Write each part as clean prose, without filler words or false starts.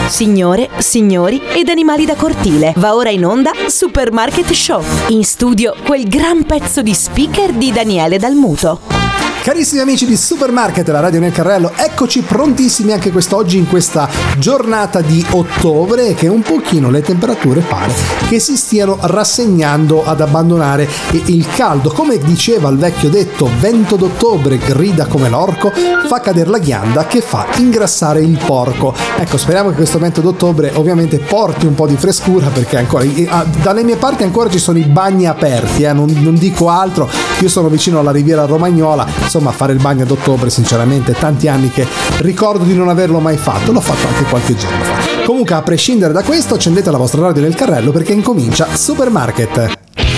Signore, signori ed animali da cortile, va ora in onda Supermarket Show. In studio quel gran pezzo di speaker di Daniele Dalmuto. Carissimi amici di Supermarket, la radio nel carrello, eccoci prontissimi anche quest'oggi in questa giornata di ottobre, che un pochino le temperature pare che si stiano rassegnando ad abbandonare il caldo. Come diceva il vecchio detto, vento d'ottobre grida come l'orco, fa cadere la ghianda che fa ingrassare il porco. Ecco, speriamo che questo vento d'ottobre ovviamente porti un po' di frescura, perché ancora dalle mie parti ancora ci sono i bagni aperti, non dico altro. Io sono vicino alla riviera romagnola. Insomma, fare il bagno ad ottobre, sinceramente, tanti anni che ricordo di non averlo mai fatto. L'ho fatto anche qualche giorno fa. Comunque, a prescindere da questo, accendete la vostra radio nel carrello perché incomincia Supermarket.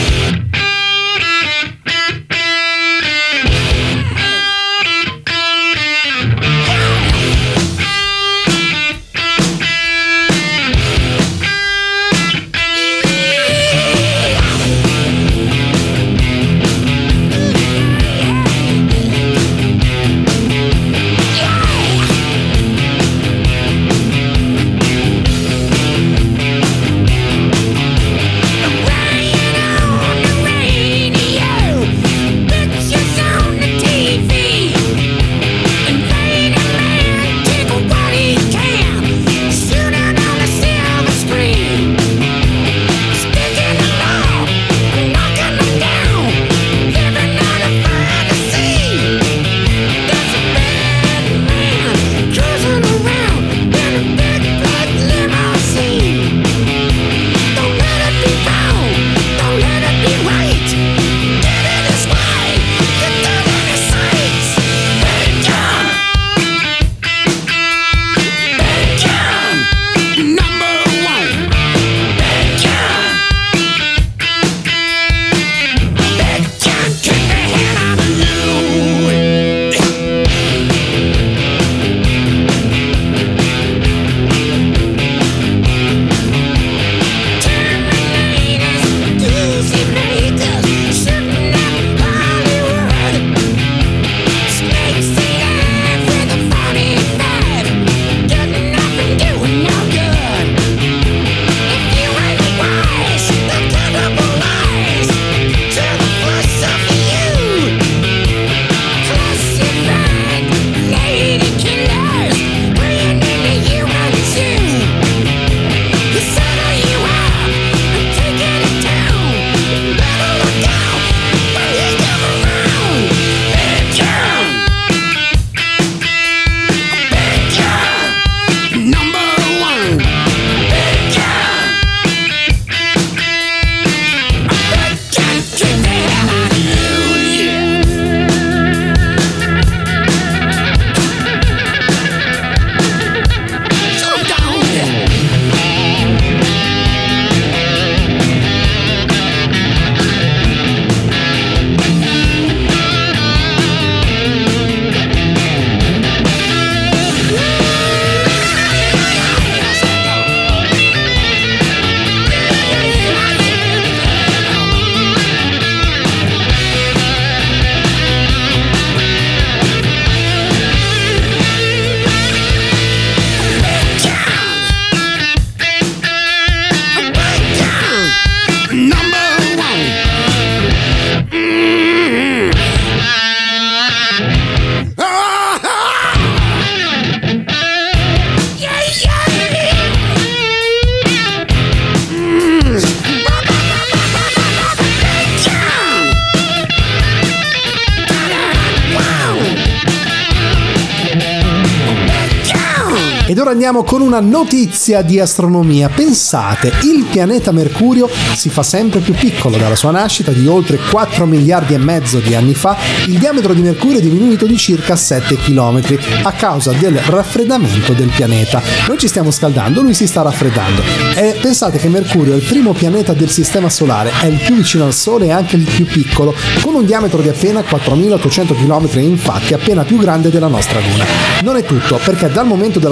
Ed ora andiamo con una notizia di astronomia. Pensate, il pianeta Mercurio si fa sempre più piccolo. Dalla sua nascita di oltre 4 miliardi e mezzo di anni fa, il diametro di Mercurio è diminuito di circa 7 km a causa del raffreddamento del pianeta. Noi ci stiamo scaldando, lui si sta raffreddando. E pensate che Mercurio è il primo pianeta del Sistema Solare, è il più vicino al Sole e anche il più piccolo, con un diametro di appena 4.800 km e infatti appena più grande della nostra Luna. Non è tutto, perché dal momento della sua formazione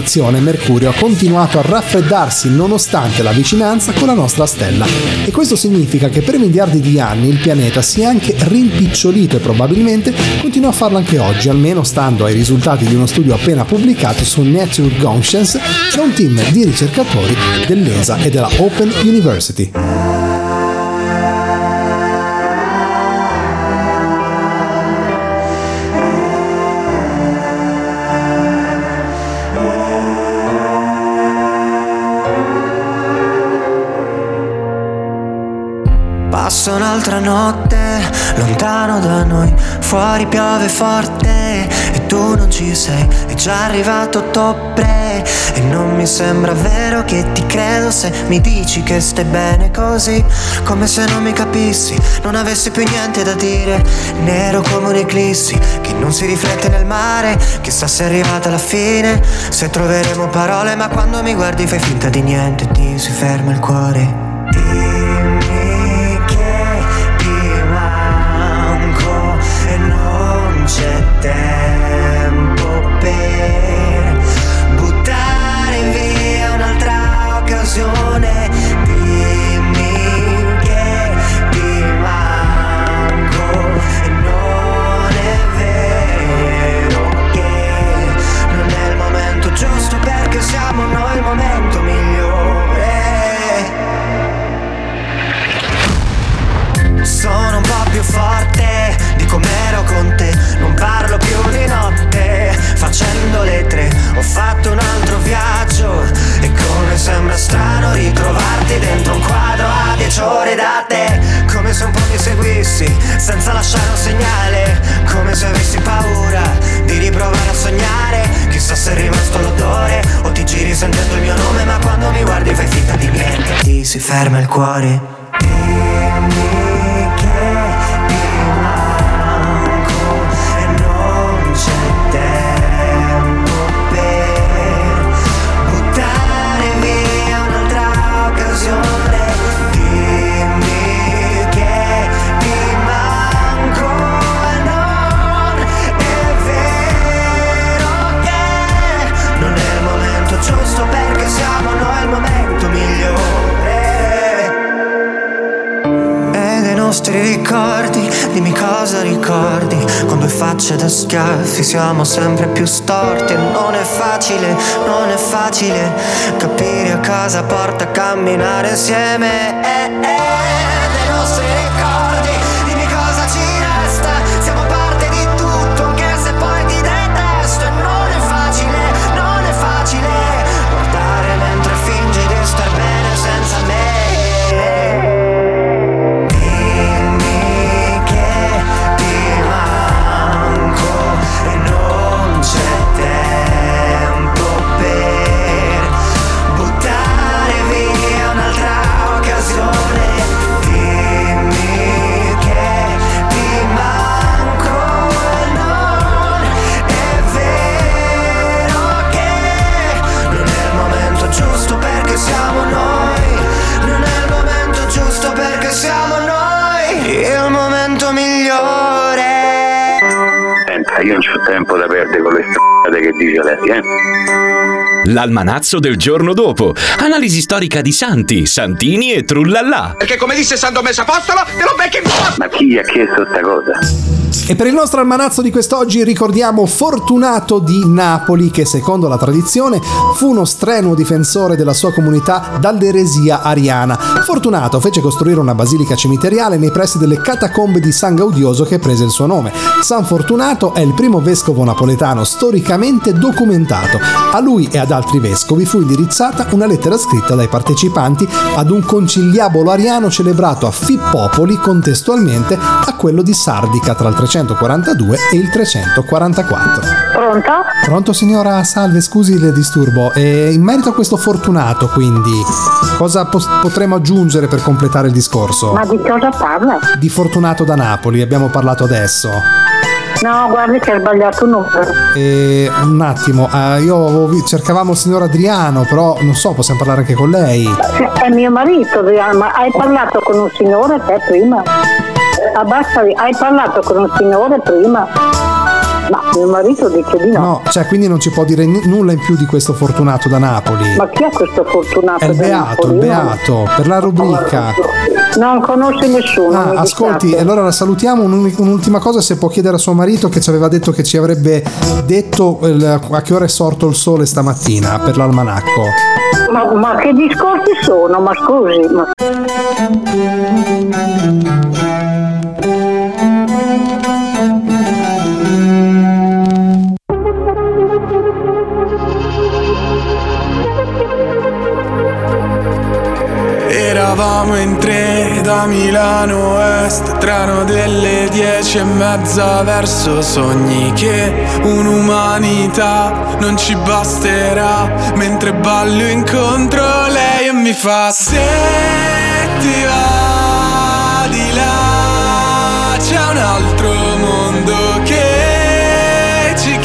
osservazione, Mercurio ha continuato a raffreddarsi nonostante la vicinanza con la nostra stella. E questo significa che per miliardi di anni il pianeta si è anche rimpicciolito e probabilmente continua a farlo anche oggi, almeno stando ai risultati di uno studio appena pubblicato su Nature Conscience da un team di ricercatori dell'ESA e della Open University. Passa un'altra notte lontano da noi, fuori piove forte e tu non ci sei. È già arrivato ottobre e non mi sembra vero che ti credo se mi dici che stai bene così, come se non mi capissi, non avessi più niente da dire. Nero come un'eclissi che non si riflette nel mare, chissà se è arrivata la fine, se troveremo parole, ma quando mi guardi fai finta di niente, ti si ferma il cuore. C'è tempo per buttare via un'altra occasione. Dimmi che ti manco e non è vero che non è il momento giusto, perché siamo noi il momento migliore. Sono un po' più forte di com'ero con te, non parlo più di notte, facendo le 3 ho fatto un altro viaggio. E come sembra strano ritrovarti dentro un quadro a 10 ore da te, come se un po' mi seguissi senza lasciare un segnale, come se avessi paura di riprovare a sognare. Chissà se è rimasto l'odore o ti giri sentendo il mio nome, ma quando mi guardi fai finta di niente, ti si ferma il cuore. Ricordi, dimmi cosa ricordi, con 2 facce da schiaffi siamo sempre più storti. E non è facile capire a cosa porta a camminare insieme. Dei nostri ricordi, dimmi cosa ci resta, siamo parte di tutto anche se poi ti detesto. E non è facile guardare mentre fingi di star bene senza me. Io non c'ho tempo da perdere con le strade che dice lei, L'almanazzo del giorno dopo. Analisi storica di santi, santini e trullallà. Perché come disse San Tommaso Apostolo, te lo becchi in culo! Ma chi gli ha chiesto sta cosa? E per il nostro almanazzo di quest'oggi ricordiamo Fortunato di Napoli, che secondo la tradizione fu uno strenuo difensore della sua comunità dall'eresia ariana. Fortunato fece costruire una basilica cimiteriale nei pressi delle catacombe di San Gaudioso, che prese il suo nome. San Fortunato è il primo vescovo napoletano storicamente documentato. A lui e ad altri vescovi fu indirizzata una lettera scritta dai partecipanti ad un conciliabolo ariano celebrato a Fippopoli contestualmente a quello di Sardica tra il 342 e il 344. Pronto? Pronto signora, salve, scusi il disturbo. In merito a questo Fortunato, quindi, cosa potremo aggiungere per completare il discorso? Ma di cosa parla? Di Fortunato da Napoli, abbiamo parlato adesso. No, guardi che ha sbagliato un numero. Un attimo, cercavamo il signor Adriano, però non so, possiamo parlare anche con lei? È mio marito, Adriano, ma hai parlato con un signore te prima? Abbassa, hai parlato con un signore prima? Ma mio marito dice di no. No, cioè quindi non ci può dire nulla in più di questo Fortunato da Napoli. Ma chi è questo Fortunato? È il Beato, per la rubrica. Non conosce nessuno. Ascolti, allora la salutiamo. Un'ultima cosa, se può chiedere a suo marito, che ci aveva detto che ci avrebbe detto a che ora è sorto il sole stamattina per l'almanacco. Ma che discorsi sono? Ma scusi, ma... Eravamo in tre da Milano Est, treno delle 10:30 verso sogni che un'umanità non ci basterà, mentre ballo incontro lei e mi fa: se ti va di là c'è un altro mondo che ci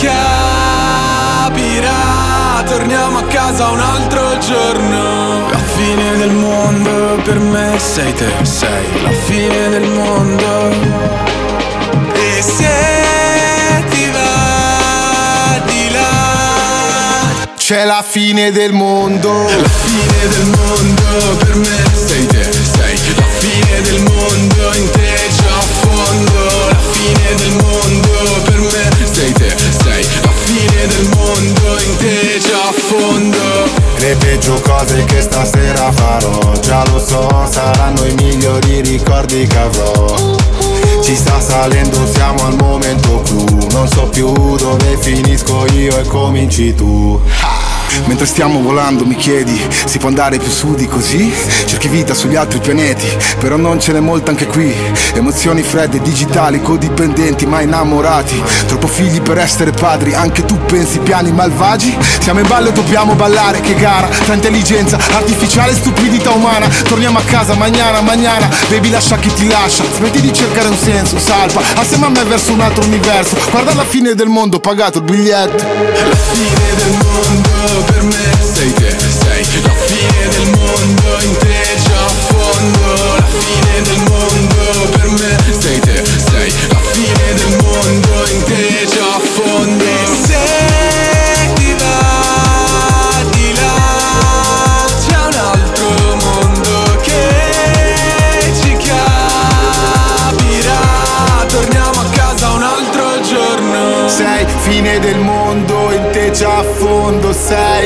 capirà, torniamo a casa un altro giorno. La fine del mondo per me sei te, sei la fine del mondo. E se ti va di là c'è la fine del mondo. La fine del mondo per me sei te, sei la fine del mondo, in te già a fondo. La fine del mondo per me sei te, sei la fine del mondo, in te già a fondo. Le peggio cose che stasera farò, già lo so, saranno i migliori ricordi che avrò. Ci sta salendo, siamo al momento clou, non so più dove finisco io e cominci tu. Mentre stiamo volando mi chiedi, si può andare più su di così? Cerchi vita sugli altri pianeti, però non ce n'è molta anche qui. Emozioni fredde, digitali, codipendenti, ma innamorati. Troppo figli per essere padri, anche tu pensi piani malvagi? Siamo in ballo e dobbiamo ballare, che gara tra intelligenza artificiale e stupidità umana. Torniamo a casa mañana, baby lascia chi ti lascia. Smetti di cercare un senso, salpa assieme a me verso un altro universo. Guarda la fine del mondo, pagato il biglietto. La fine del mondo per me sei te, sei la fine del mondo, in te già a fondo. La fine del mondo per me sei te, sei la fine del mondo, in te già a fondo. E se ti va di là c'è un altro mondo che ci capirà, torniamo a casa un altro giorno. Sei fine del mondo, in te già a fondo sei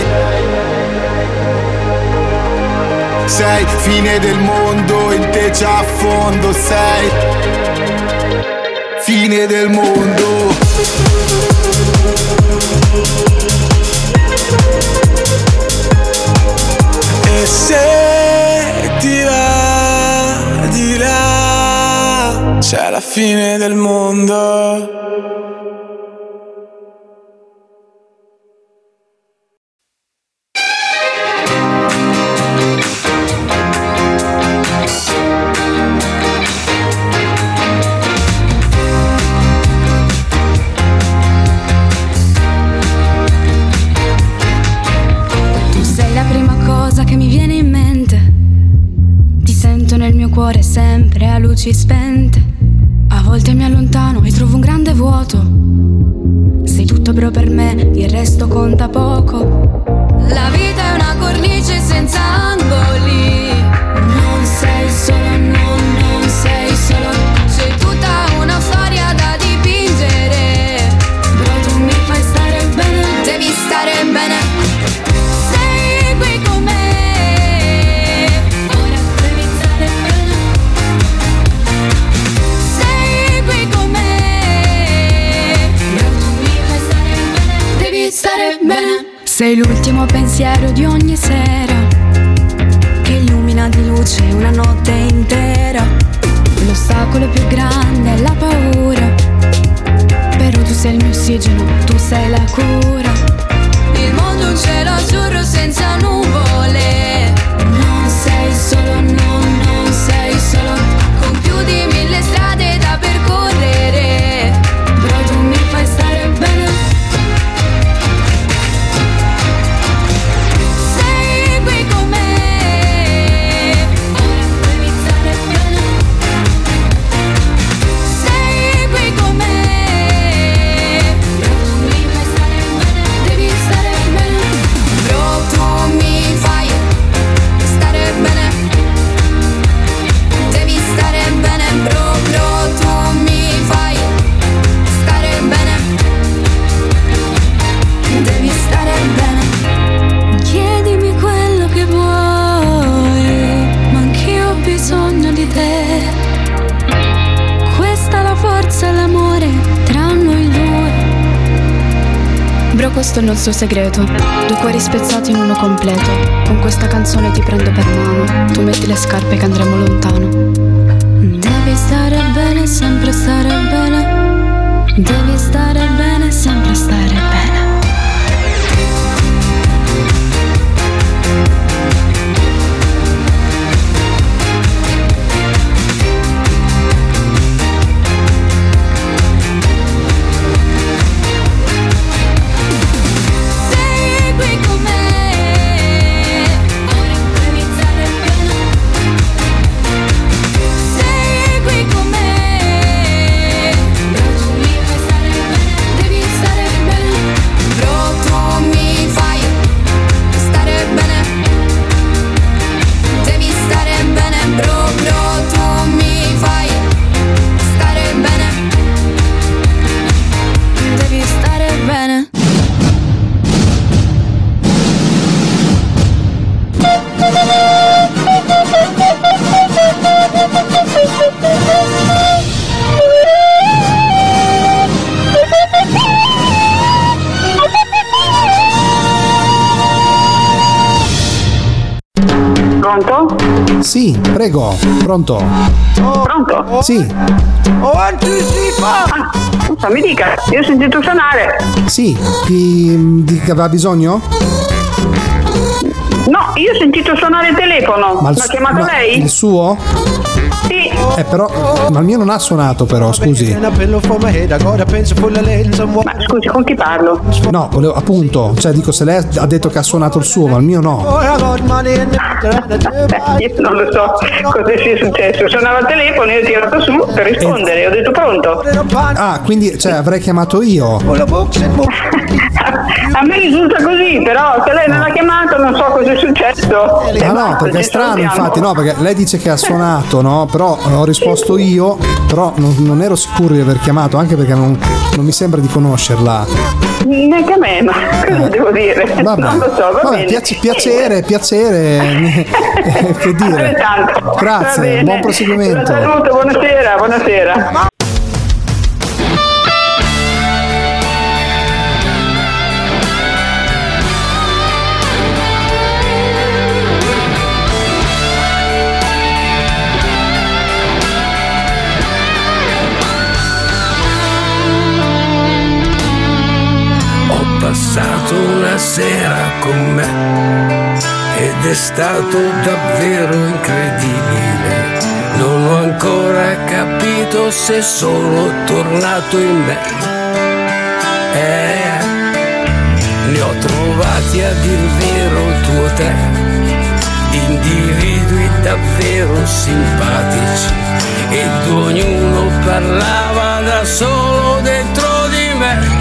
fine del mondo, in te già a fondo sei fine del mondo. E se ti va di là c'è la fine del mondo. Cuore sempre a luci spente. A volte mi allontano e trovo un grande vuoto. Sei tutto però per me, il resto conta poco. La vita è una cornice senza angoli. Non sei solo, non sei solo. Sei tutta una storia da dipingere. Però tu mi fai stare bene, devi stare bene. Sei qui con me. Stare bene. Sei l'ultimo pensiero di ogni sera, che illumina di luce una notte intera. L'ostacolo più grande è la paura, però tu sei il mio ossigeno, tu sei la cura. Il mondo è un cielo azzurro senza nuvole. Non sei solo, non sei solo. Con più di 1000 strade da percorrere, però tu mi fai stare bene. questo è il nostro segreto. Due cuori spezzati in uno completo. Con questa canzone ti prendo per mano. Tu metti le scarpe che andremo lontano. Devi stare bene, sempre stare bene. Devi stare bene, sempre stare bene. Pronto? Sì, prego, pronto? Pronto? Sì. Non so, mi dica, io ho sentito suonare. Sì, di che aveva bisogno? No, io ho sentito suonare il telefono. Ma L'ha chiamato lei? Il suo? Sì. Però, ma il mio non ha suonato però, scusi. Ma scusi, con chi parlo? No, volevo, appunto, cioè dico se lei ha detto che ha suonato il suo, ma il mio no. Io non lo so cosa sia successo. Suonava il telefono, io ho tirato su per rispondere, ho detto pronto. Ah, quindi cioè avrei chiamato io. A me risulta così, però se lei non l'ha chiamato non so cosa è successo. Ah no, perché è strano infatti, no, perché lei dice che ha suonato, no? Però ho risposto io, però non ero sicuro di aver chiamato, anche perché non mi sembra di conoscerla. Neanche a me, ma cosa devo dire? Vabbè. Non lo so, va bene. Piacere, che dire. Grazie, buon proseguimento. La saluto, buonasera. Passato una sera con me ed è stato davvero incredibile. Non ho ancora capito se sono tornato in me. Ne ho trovati a dir vero 2 o 3 individui davvero simpatici ed ognuno parlava da solo dentro di me.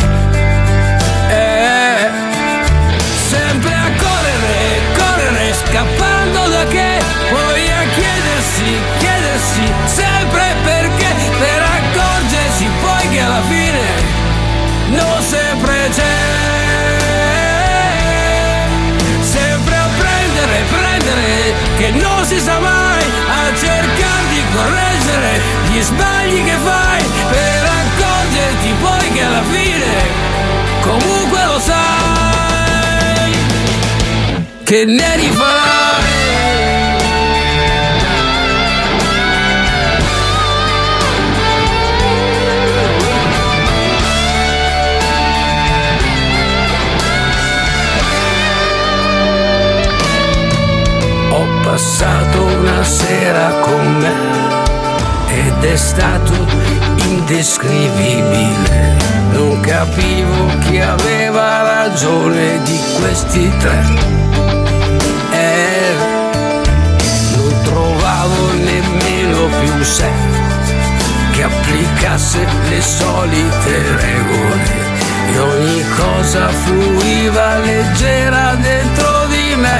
Sempre a correre, scappando da che, poi a chiedersi sempre perché, per accorgersi poi che alla fine non sempre c'è. Sempre a prendere, che non si sa mai, a cercare di correggere gli sbagli che fai, per accorgerti poi che alla fine comunque lo sai che ne rifarai. Ho passato una sera con me ed è stato indescrivibile. Non capivo chi aveva ragione di questi 3. Non trovavo nemmeno più un sé che applicasse le solite regole e ogni cosa fluiva leggera dentro di me.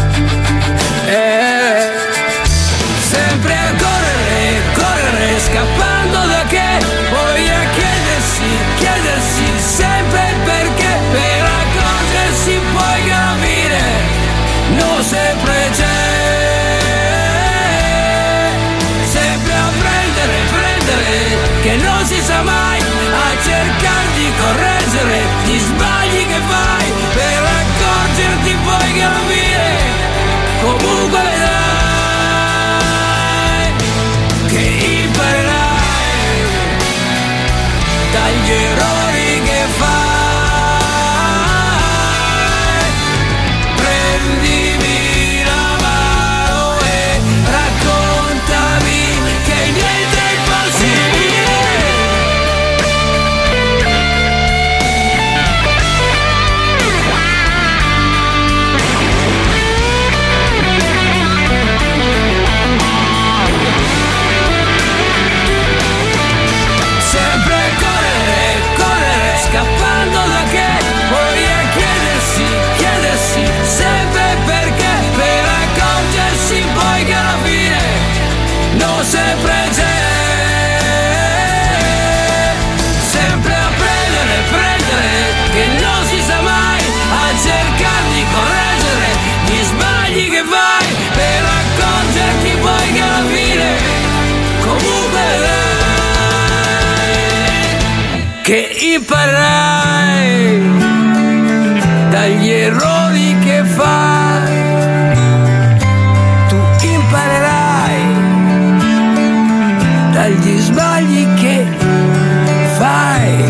Sempre a correre, scappando da che, poi a chiedersi sempre perché, per accorgersi poi che alla fine non sempre c'è. Sempre a prendere, che non si sa mai, a cercare di correggere gli sbagli che fai. che imparerai dagli errori che fai. Tu imparerai dagli sbagli che fai.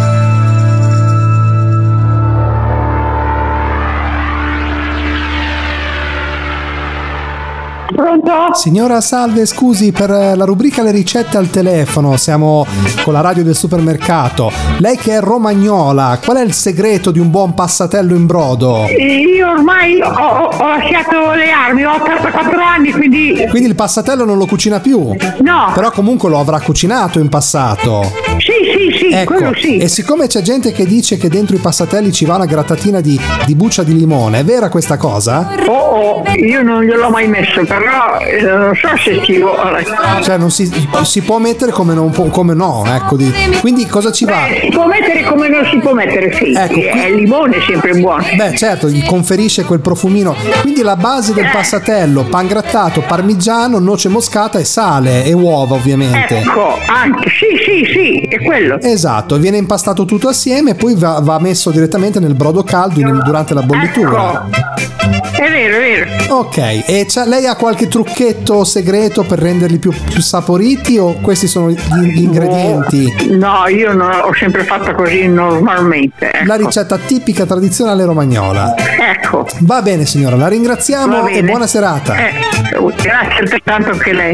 Pronto? Signora, salve, scusi per la rubrica Le ricette al telefono, siamo con la radio del supermercato. Lei che è romagnola, qual è il segreto di un buon passatello in brodo? Io ormai ho lasciato le armi, ho 84 anni, quindi... Quindi il passatello non lo cucina più? No. Però comunque lo avrà cucinato in passato. Sì, Ecco, quello sì. e siccome c'è gente che dice che dentro i passatelli ci va una grattatina di buccia di limone, è vera questa cosa? Io non gliel'ho mai messo, però non so se ci vuole. Cioè non si può mettere come no, ecco. Quindi cosa ci va? Si può mettere come non si può mettere, sì. Ecco, Il limone è sempre buono. Beh, certo, gli conferisce quel profumino. Quindi la base del passatello: pan grattato, parmigiano, noce moscata e sale e uova, ovviamente. Ecco, anche, sì, è quello. Esatto, viene impastato tutto assieme e poi va messo direttamente nel brodo caldo durante la bollitura. È vero. Ok, e lei ha qualche trucchetto segreto per renderli più saporiti o questi sono gli ingredienti? No, io ho sempre fatto così normalmente. Ecco. La ricetta tipica tradizionale romagnola. Ecco. Va bene signora, la ringraziamo e buona serata. Grazie altrettanto anche lei.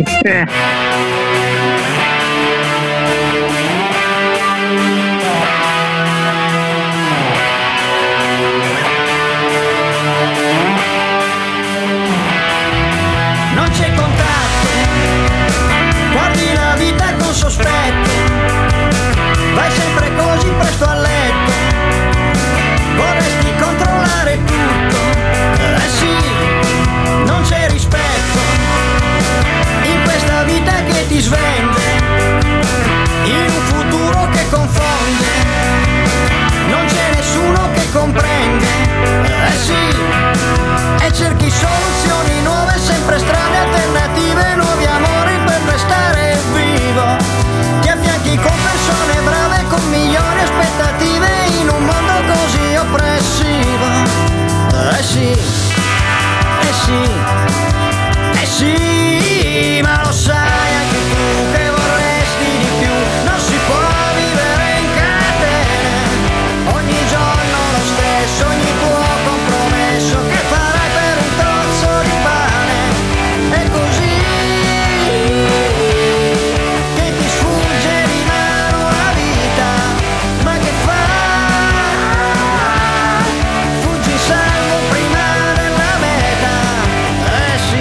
Non c'è contatto, guardi la vita con sospetto, vai sempre così presto a letto, vorresti controllare tutto, sì, non c'è rispetto, in questa vita che ti svende, in un futuro che confonde, non c'è nessuno che comprende, sì, e cerchi soluzioni nuove, sempre strane, alternative, nuovi amori per restare vivo, ti affianchi con persone brave, con migliori aspettative, in un mondo così oppressivo, sì, ma lo sai anche tu che vorresti di più, non si può vivere in catene, ogni giorno lo stesso, ogni tuo compromesso che farai per un trozzo di pane, è così che ti sfugge di mano la vita, ma che fai? Fuggi salvo prima della meta, sì.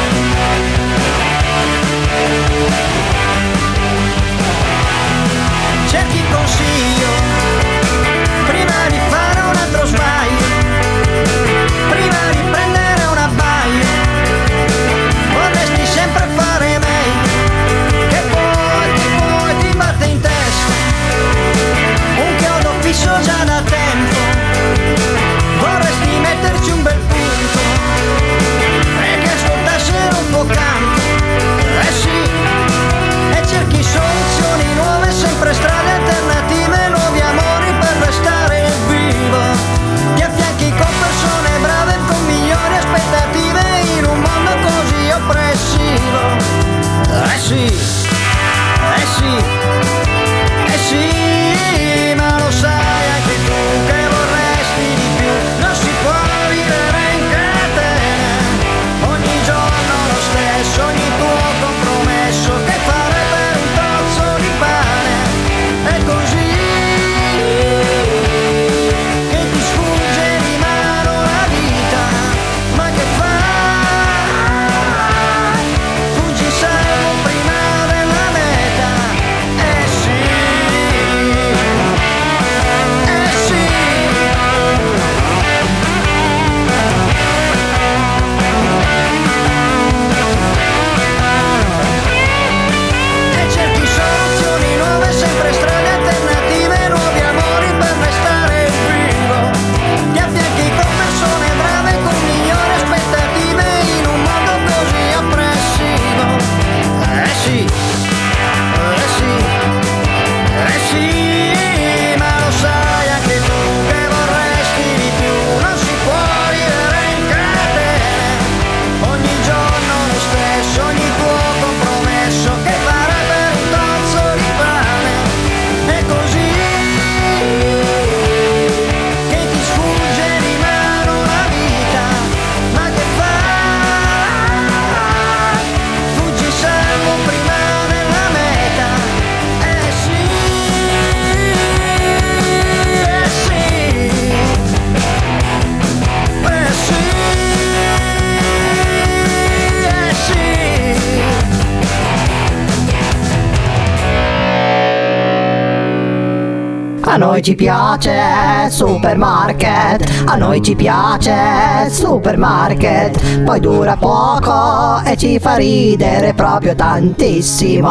Cerchi consiglio prima di fare un altro sbaglio, prima di prendere un abbaglio, vorresti sempre fare meglio, che poi ti batte in testa un chiodo fisso già da tempo, vorresti metterci un bel punto e che ascoltassero un po' canto, sì, e cerchi soluzioni nuove, sempre strade alternative, nuovi amori per restare vivo, ti affianchi con persone brave, con migliori aspettative, in un mondo così oppressivo, sì, ma lo sai anche tu che vorresti di più, non si può vivere in catene, ogni giorno lo stesso, ogni tuo compromesso che farai per un trozzo di pane, è così che ti sfugge di mano la vita, ma che fai? Fuggi salvo prima della A noi ci piace Supermarket, a noi ci piace Supermarket, poi dura poco e ci fa ridere proprio tantissimo.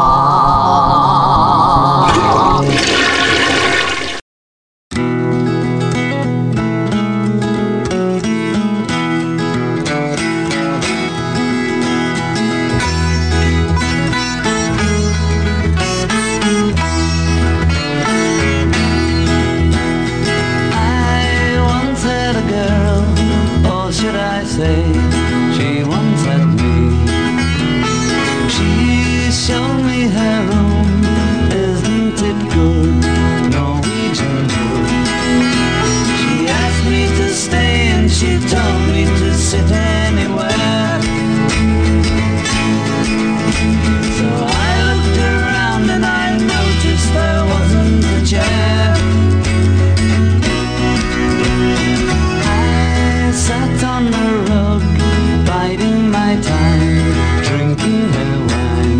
She once had me. She showed me her room. Isn't it good? Norwegian wood. She asked me to stay and she told me to sit anywhere. So I looked around and I noticed there wasn't a chair. I sat on the rug, biding my time, drinking her wine.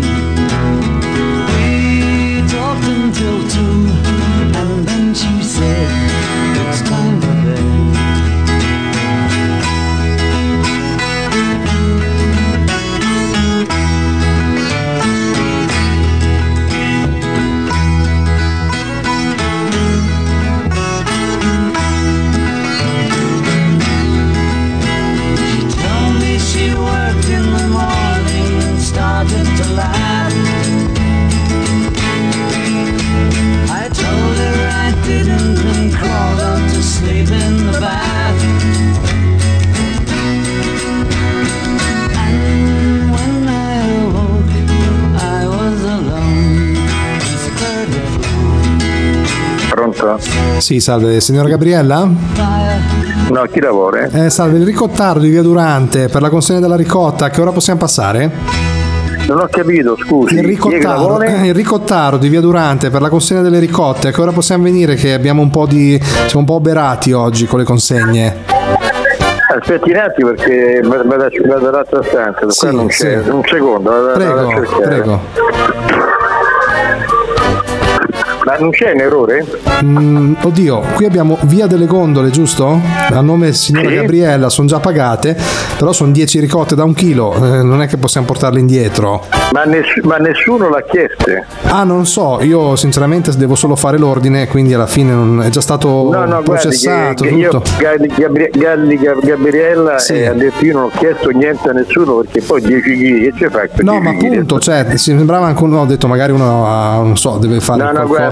We talked until 2, and then she said, it's time for bed. To laugh. I told her I didn't and crawled out to sleep in the bath. And when I awoke, I was alone. Pronto? Sì, salve, signora Gabriella? No, chi lavora? Salve, il ricottaro di Via Durante per la consegna della ricotta, a che ora possiamo passare? Non ho capito, scusi. Il ricottaro di Via Durante per la consegna delle ricotte, a che ora possiamo venire che abbiamo siamo un po' oberati oggi con le consegne. Aspetti un attimo perché vado dall'altra stanza, sì, qua non c'è. Sì. Un secondo, Prego. Ma non c'è un errore? Oddio, qui abbiamo Via delle Gondole, giusto? A nome signora Gabriella, sono già pagate, però sono 10 ricotte da 1 chilo, non è che possiamo portarle indietro. Ma nessuno l'ha chieste? Ah, non so, io sinceramente devo solo fare l'ordine, quindi alla fine è già stato processato. Io Gabriella ha detto io non ho chiesto niente a nessuno perché poi 10 kg che ci fa? No, ma appunto, cioè, sembrava anche uno, ho detto magari uno non so, deve fare qualcosa. Guardi,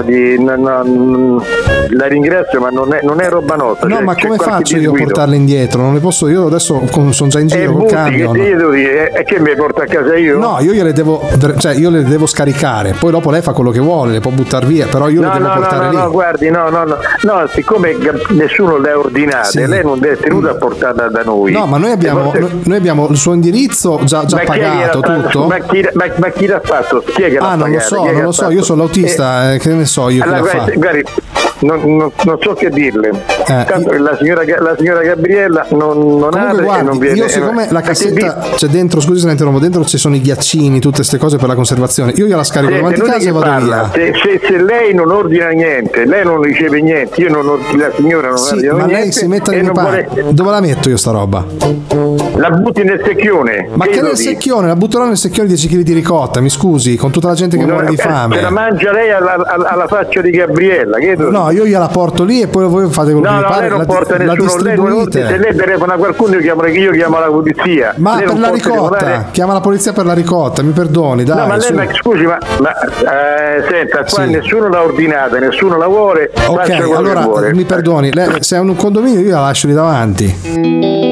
la ringrazio, ma non è roba nostra. No, ma come faccio io a portarle indietro? Non le posso, io adesso sono già in giro col camion. E che mi porta a casa io? No, io gliele devo scaricare, poi dopo lei fa quello che vuole, le può buttare via, però io le devo portare lì. No, guardi, no, siccome nessuno le ha ordinate, lei non è tenuta a portarla da noi. No, ma noi abbiamo il suo indirizzo già pagato tutto. Ma chi l'ha fatto? Chi è che l'ha pagato? Non lo so, io sono l'autista, che ne so io. Allora, guardi, non so che dirle. Tanto la signora Gabriella non ha guardi, non viene. Io siccome la cassetta c'è dentro, scusi se la interrompo, dentro ci sono i ghiaccini, tutte queste cose per la conservazione. Io gliela scarico davanti a casa e vado via. Se lei non ordina niente, lei non riceve niente, la signora non ordina niente. Ma lei si metta di Dove la metto io sta roba? La butti nel secchione. Ma che nel secchione? La butterò nel secchione 10 kg di ricotta, mi scusi, con tutta la gente che muore di fame. Se la mangia lei alla faccia di Gabriella, No, io gliela porto lì e poi voi fate quello che vi pare. Lei non porta la distribuite. Se lei telefona a qualcuno io chiamo la polizia. Ma per la ricotta, chiama la polizia per la ricotta, mi perdoni, dai. No, ma lei scusi, ma senta, qua nessuno l'ha ordinata, nessuno la vuole. Ok, allora mi perdoni, se è un condominio io la lascio lì davanti.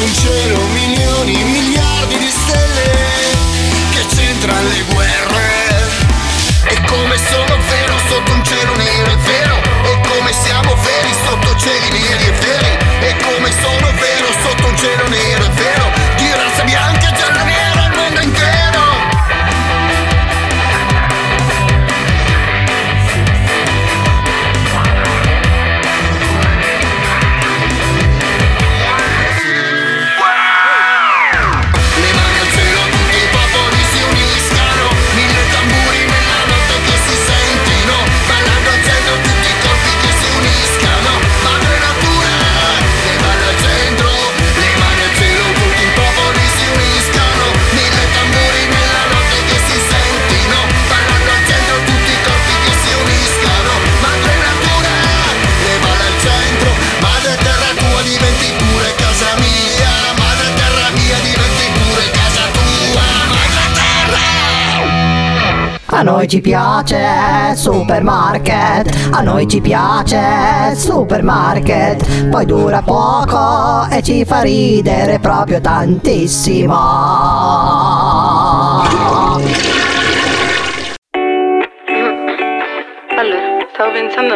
un cielo, milioni, miliardi di stelle che c'entrano le guerre. E come sono vero sotto un cielo nero è vero, e come siamo veri sotto cieli neri e veri, e come sono vero sotto un cielo nero è vero, di razza bianca e gialla nera il mondo intero. A noi ci piace Supermarket, a noi ci piace Supermarket, poi dura poco e ci fa ridere proprio tantissimo. Allora, stavo pensando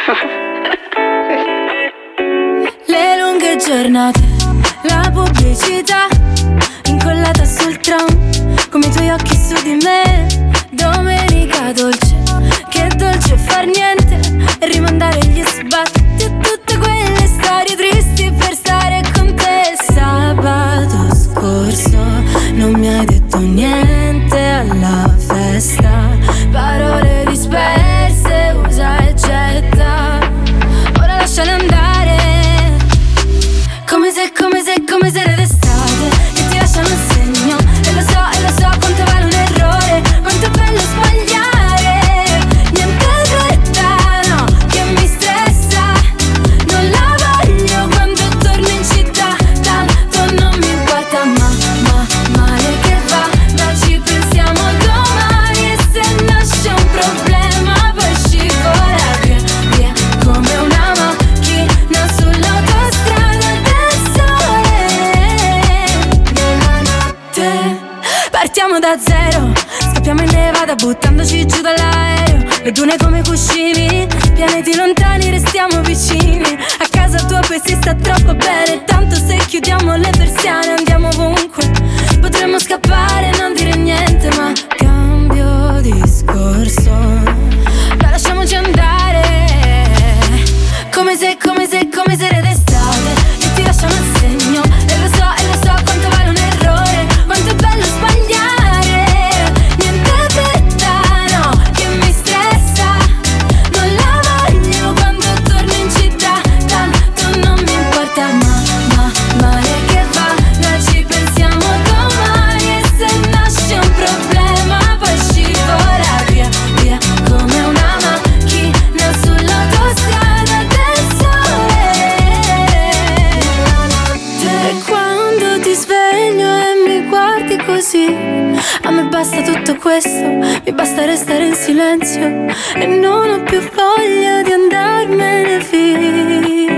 le lunghe giornate, la pubblicità incollata sul tram, come i tuoi occhi su di me. Domenica dolce, che dolce far niente e rimandare gli sbatti a tutte quelle storie tristi per stare con te. Sabato scorso non mi hai detto niente alla festa, parole disperse, usa e getta. Ora lasciale andare, come se era d'estate, che ti lasciano il segno. E lo so quanto vale un errore, quanto è bello sbagliare. Niente fretta, no, che mi stressa. Non la voglio quando torno in città, tanto non mi importa, male che va. Ma ci pensiamo domani e se nasce un problema poi scivola via, come una macchina sull'autostrada del sole. Nella notte partiamo da zero, scappiamo in Nevada buttandoci giù dall'aereo. Le dune come cuscini, pianeti lontani restiamo vicini. A casa tua poi si sta troppo bene, tanto se chiudiamo le persiane andiamo ovunque. Potremmo scappare e non dire niente, ma cambio discorso, dai, lasciamoci andare, come se era d'estate, e ti lasciano il segno. E lo so quanto vale un errore, quanto è bello sbagliare. Niente fretta, no, che mi stressa. Non la voglio quando torno in città, tanto non mi importa, male che va. Noi ci pensiamo domani e se nasce un problema poi scivola via, come una macchina sull'autostrada del sole. E quando ti sveglio e mi guardi così, a me basta tutto questo, mi basta restare in silenzio e non ho più voglia di andarmene via.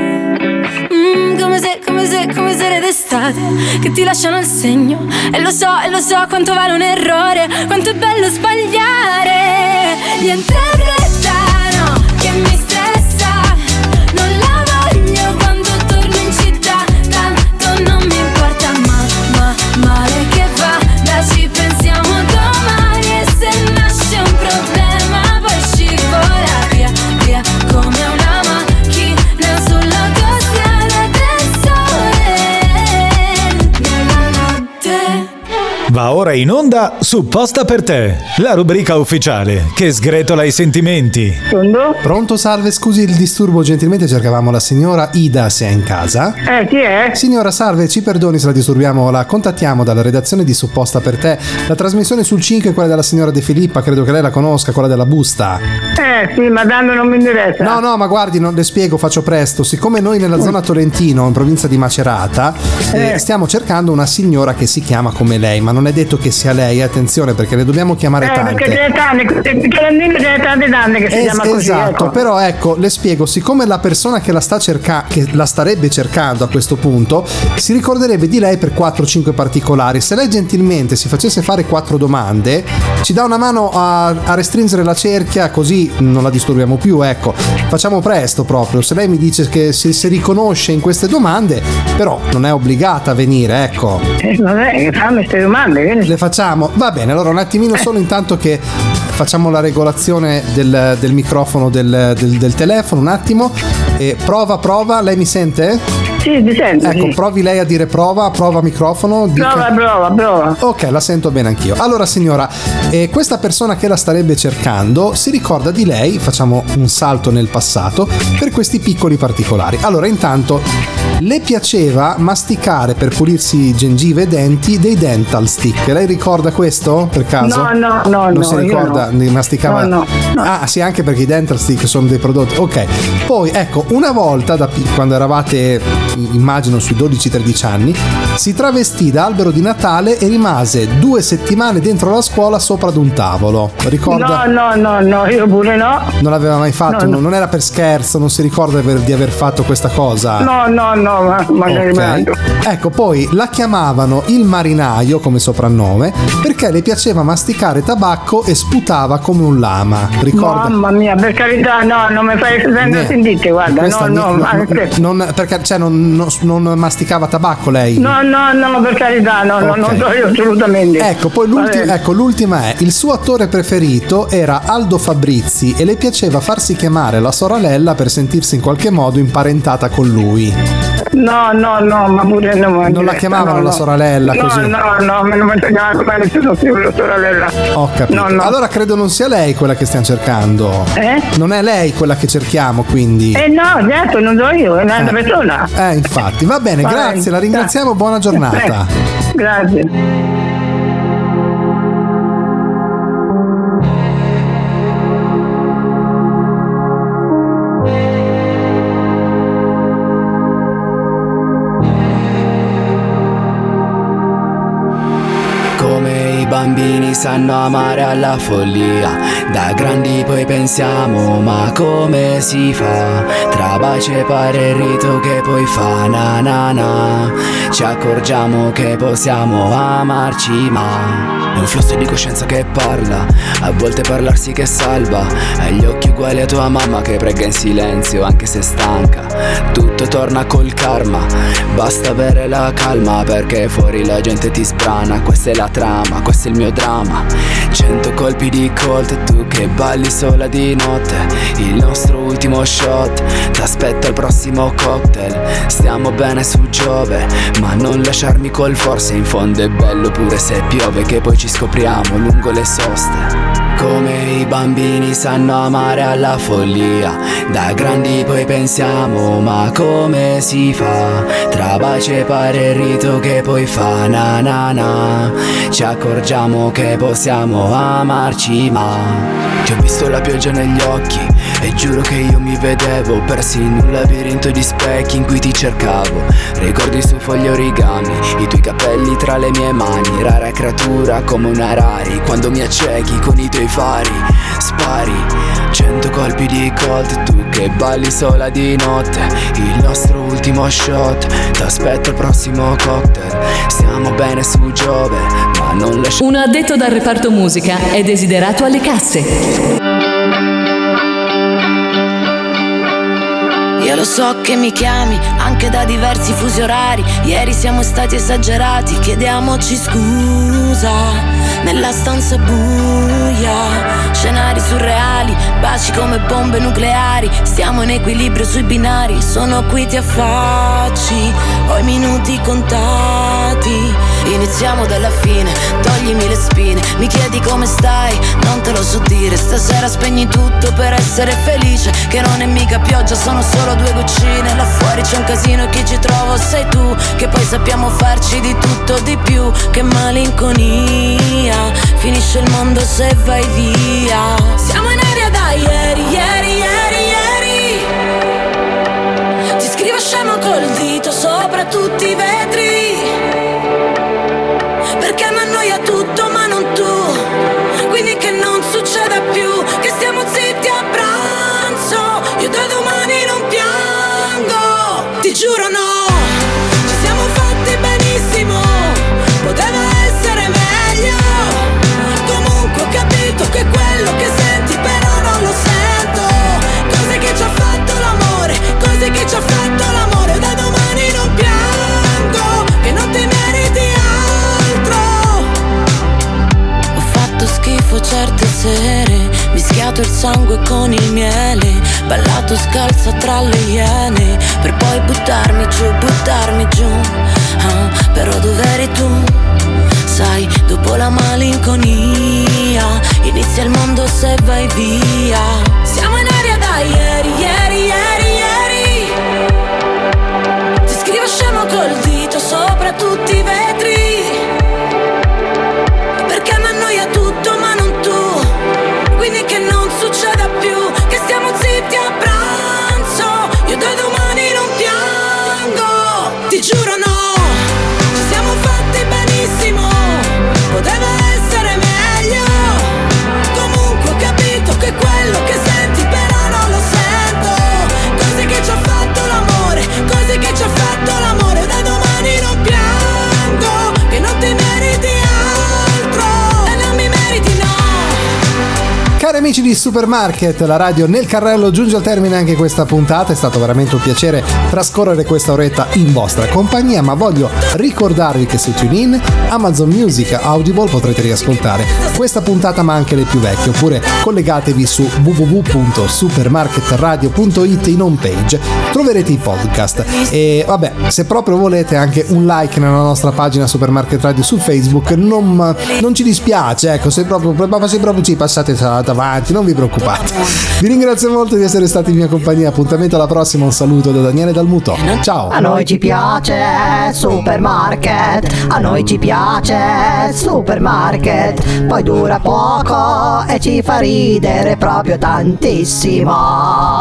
Come se era d'estate, che ti lasciano il segno. E lo so quanto vale un errore, quanto è bello sbagliare. Niente fretta, no, che mi stressa. Non la voglio quando torno in città, tanto non mi importa, male che va. Dai, ci pensiamo domani e se nasce un problema poi scivola via, come una macchina sull'autostrada del sole. Nella notte. Va ora in onda Supposta per te, la rubrica ufficiale che sgretola i sentimenti. Pronto, salve, scusi il disturbo, gentilmente cercavamo la signora Ida, se è in casa. Chi è? Signora, salve, ci perdoni se la disturbiamo, la contattiamo dalla redazione di Supposta per te. La trasmissione sul 5 è quella della signora De Filippa, credo che lei la conosca, quella della busta. Sì, ma dando non mi interessa. No, ma guardi, le spiego, faccio presto. Siccome noi nella zona Tolentino, in provincia di Macerata, stiamo cercando una signora che si chiama come lei, ma non è detto che sia lei, attenzione, perché ne dobbiamo chiamare tante. Perché ce ne tante che si chiama così. Esatto, però ecco, le spiego, siccome la persona che la starebbe cercando a questo punto si ricorderebbe di lei per 4-5 particolari. Se lei gentilmente si facesse fare 4 domande, ci dà una mano a restringere la cerchia, così non la disturbiamo più, ecco. Facciamo presto proprio. Se lei mi dice che si riconosce in queste domande, però non è obbligata a venire, ecco. Vabbè, fammi queste domande. Le facciamo? Va bene, allora un attimino solo intanto che facciamo la regolazione del microfono del telefono, un attimo. Prova, lei mi sente? Sì, ti sento. Ecco, sì. provi lei a dire prova microfono. Prova. Ok, la sento bene anch'io. Allora signora, questa persona che la starebbe cercando si ricorda di lei, facciamo un salto nel passato, per questi piccoli particolari. Allora, intanto, le piaceva masticare per pulirsi gengive e denti dei dental stick. Lei ricorda questo per caso? No. Non si ricorda? No. Masticava? No. Ah sì, anche perché i dental stick sono dei prodotti. Ok, poi ecco, una volta quando eravate, immagino sui 12-13 anni, si travestì da albero di Natale e rimase 2 settimane dentro la scuola sopra ad un tavolo. Ricorda? No, io pure no. Non l'aveva mai fatto? No. Non era per scherzo? Non si ricorda di aver fatto questa cosa? No, ma okay. Ecco, poi la chiamavano il marinaio come soprannome perché le piaceva masticare tabacco e sputava come un lama. Ricorda? Mamma mia, per carità, no, non mi fai sentite, guarda, perché cioè non masticava tabacco lei? No, per carità, non so io assolutamente. Ecco, poi l'ultima è: il suo attore preferito era Aldo Fabrizi e le piaceva farsi chiamare la sorella per sentirsi in qualche modo imparentata con lui. No, ma pure no. Non la chiamavano la sorella così? No, non mi chiamavano mai nessuno più la sorella. Ho capito. No. Allora credo non sia lei quella che stiamo cercando. Non è lei quella che cerchiamo, quindi. No, certo, non so io, è un'altra persona. Infatti, va bene, grazie, la ringraziamo, buona giornata. Grazie. Bambini sanno amare alla follia, da grandi poi pensiamo ma come si fa? Tra baci e pare il rito che poi fa na na na. Ci accorgiamo che possiamo amarci ma è un flusso di coscienza che parla, a volte parlarsi che salva. Hai gli occhi uguali a tua mamma che prega in silenzio anche se stanca. Tutto torna col karma, basta avere la calma perché fuori la gente ti sprana. Questa è la trama, questo è il mio dramma. 100 colpi di colt e tu che balli sola di notte. Il nostro ultimo shot, t'aspetto al prossimo cocktail. Stiamo bene su Giove, ma non lasciarmi col forse. In fondo è bello pure se piove, che poi ci scopriamo lungo le soste. Come i bambini sanno amare alla follia, da grandi poi pensiamo ma come si fa? Tra baci e pare il rito che poi fa na na na. Ci accorgiamo che possiamo amarci ma ti ho visto la pioggia negli occhi e giuro che io mi vedevo persi in un labirinto di specchi in cui ti cercavo. Ricordi su fogli origami, i tuoi capelli tra le mie mani. Rara creatura come una Rari, quando mi accechi con i tuoi fari spari. 100 colpi di colt, tu che balli sola di notte. Il nostro ultimo shot, t'aspetto al prossimo cocktail. Stiamo bene su Giove, ma non lasciamo. Un addetto dal reparto musica è desiderato alle casse. Io lo so che mi chiami anche da diversi fusi orari. Ieri siamo stati esagerati, chiediamoci scusa. Nella stanza buia, scenari surreali, baci come bombe nucleari. Stiamo in equilibrio sui binari, sono qui ti affacci, ho i minuti contati. Iniziamo dalla fine, toglimi le spine. Mi chiedi come stai, non te lo so dire. Stasera spegni tutto per essere felice, che non è mica pioggia, sono solo 2 goccine. Là fuori c'è un casino e chi ci trovo sei tu, che poi sappiamo farci di tutto di più. Che malinconia, finisce il mondo se vai via. Siamo in aria da ieri. Ti scrivo scemo col dito sopra tutti i vetri, perché mi annoia sangue con il miele, ballato scalza tra le iene, per poi buttarmi giù, però dov'eri tu? Sai, dopo la malinconia inizia il mondo se vai via. Siamo in aria da ieri. Ti scrivo scemo col dito sopra tutti i vetri, perché mi annoia tutto ma non tu. Quindi che non succeda più, che stiamo zitti a pranzo. Io da domani non piango, ti giuro no. Ci siamo fatti benissimo, poteva essere meglio. Comunque ho capito che quello che senti però non lo sento. Cose che ci ha fatto l'amore, cose che ci ha fatto l'amore. Da domani non piango, che non ti meriti altro e non mi meriti no. Cari amici di Supermarket, la radio nel carrello giunge al termine anche questa puntata. È stato veramente un piacere trascorrere questa oretta in vostra compagnia, ma voglio ricordarvi che su TuneIn, Amazon Music, Audible potrete riascoltare questa puntata ma anche le più vecchie, oppure collegatevi su www.supermarketradio.it. in home page troverete i podcast. E vabbè, se proprio volete anche un like nella nostra pagina Supermarket Radio su Facebook non ci dispiace, ecco, se proprio ci passate avanti, non vi preoccupate. Vi ringrazio molto di essere stati in mia compagnia. Appuntamento alla prossima, un saluto da Daniele Dalmuto, ciao. A noi ci piace Supermarket, a noi ci piace Supermarket, poi dura poco e ci fa ridere proprio tantissimo.